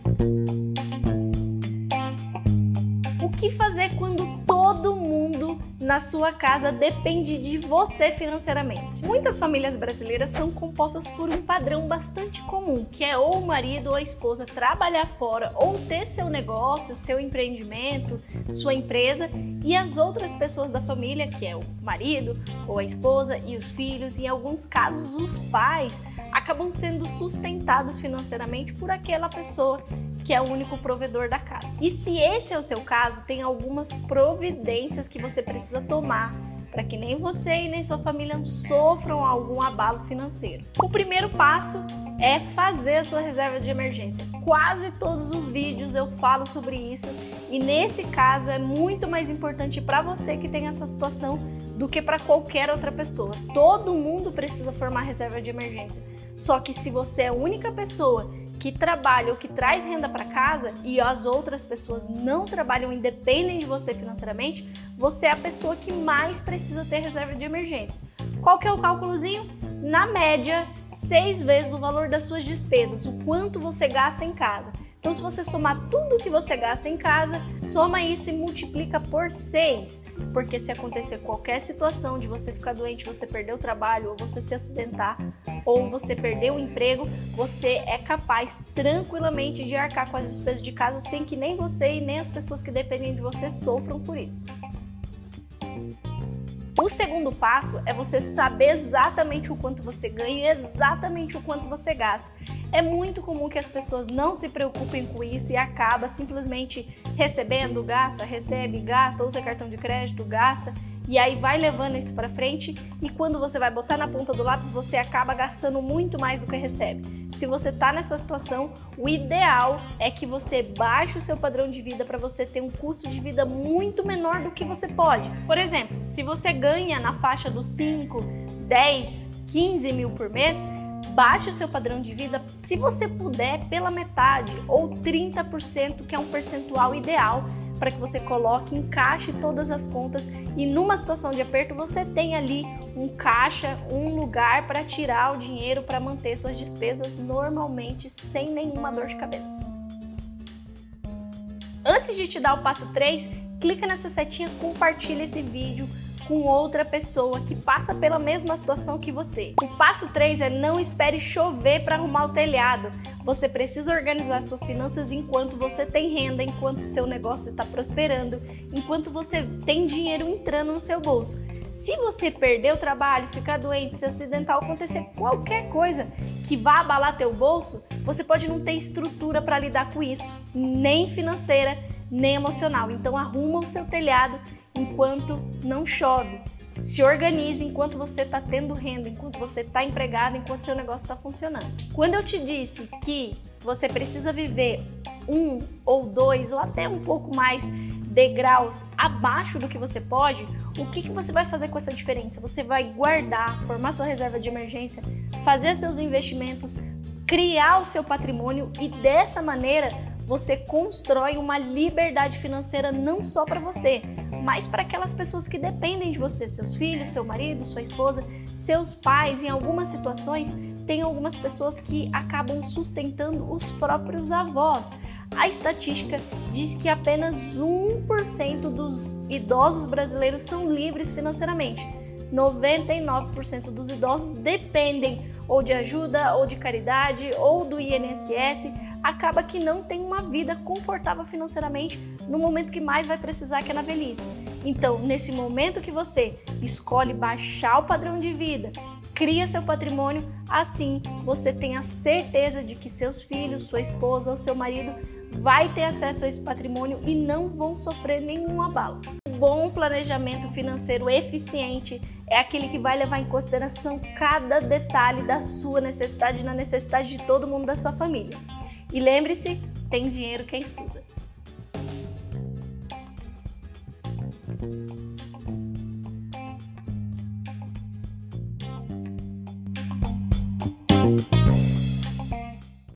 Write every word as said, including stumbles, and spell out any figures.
O que fazer quando todo mundo na sua casa depende de você financeiramente? Muitas famílias brasileiras são compostas por um padrão bastante comum, que é ou o marido ou a esposa trabalhar fora ou ter seu negócio, seu empreendimento, sua empresa, e as outras pessoas da família, que é o marido ou a esposa e os filhos, em alguns casos os pais, acabam sendo sustentados financeiramente por aquela pessoa que é o único provedor da casa. E se esse é o seu caso, tem algumas providências que você precisa tomar para que nem você e nem sua família sofram algum abalo financeiro. O primeiro passo é fazer a sua reserva de emergência. Quase todos os vídeos eu falo sobre isso e nesse caso é muito mais importante para você que tem essa situação do que para qualquer outra pessoa. Todo mundo precisa formar reserva de emergência. Só que se você é a única pessoa que trabalha ou que traz renda para casa e as outras pessoas não trabalham e dependem de você financeiramente, você é a pessoa que mais precisa ter reserva de emergência. Qual que é o cálculozinho? Na média, seis vezes o valor das suas despesas, o quanto você gasta em casa. Então, se você somar tudo que você gasta em casa, soma isso e multiplica por seis. Porque se acontecer qualquer situação de você ficar doente, você perder o trabalho, ou você se acidentar, ou você perder o emprego, você é capaz tranquilamente de arcar com as despesas de casa sem que nem você e nem as pessoas que dependem de você sofram por isso. O segundo passo é você saber exatamente o quanto você ganha e exatamente o quanto você gasta. É muito comum que as pessoas não se preocupem com isso e acaba simplesmente recebendo, gasta, recebe, gasta, usa cartão de crédito, gasta, e aí vai levando isso para frente e quando você vai botar na ponta do lápis, você acaba gastando muito mais do que recebe. Se você está nessa situação, o ideal é que você baixe o seu padrão de vida para você ter um custo de vida muito menor do que você pode. Por exemplo, se você ganha na faixa dos cinco, dez, quinze mil por mês, baixe o seu padrão de vida, se você puder, pela metade ou trinta por cento, que é um percentual ideal para que você coloque, encaixe todas as contas e numa situação de aperto você tem ali um caixa, um lugar para tirar o dinheiro para manter suas despesas normalmente sem nenhuma dor de cabeça. Antes de te dar o passo três, clica nessa setinha, compartilha esse vídeo com outra pessoa que passa pela mesma situação que você. O passo três é não espere chover para arrumar o telhado. Você precisa organizar suas finanças enquanto você tem renda, enquanto seu negócio está prosperando, enquanto você tem dinheiro entrando no seu bolso. Se você perder o trabalho, ficar doente, se acidentar, acontecer qualquer coisa que vá abalar teu bolso, você pode não ter estrutura para lidar com isso, nem financeira, nem emocional. Então arruma o seu telhado enquanto não chove. Se organize enquanto você está tendo renda, enquanto você está empregado, enquanto seu negócio está funcionando. Quando eu te disse que você precisa viver um ou dois ou até um pouco mais degraus abaixo do que você pode, o que, que você vai fazer com essa diferença? Você vai guardar, formar sua reserva de emergência, fazer seus investimentos, criar o seu patrimônio e dessa maneira você constrói uma liberdade financeira não só para você, mas para aquelas pessoas que dependem de você, seus filhos, seu marido, sua esposa, seus pais. Em algumas situações, tem algumas pessoas que acabam sustentando os próprios avós. A estatística diz que apenas um por cento dos idosos brasileiros são livres financeiramente. noventa e nove por cento dos idosos dependem ou de ajuda, ou de caridade, ou do I N S S, acaba que não tem uma vida confortável financeiramente no momento que mais vai precisar, que é na velhice. Então, nesse momento que você escolhe baixar o padrão de vida, cria seu patrimônio, assim você tem a certeza de que seus filhos, sua esposa ou seu marido vai ter acesso a esse patrimônio e não vão sofrer nenhum abalo. Bom planejamento financeiro eficiente é aquele que vai levar em consideração cada detalhe da sua necessidade e na necessidade de todo mundo da sua família. E lembre-se, tem dinheiro quem estuda.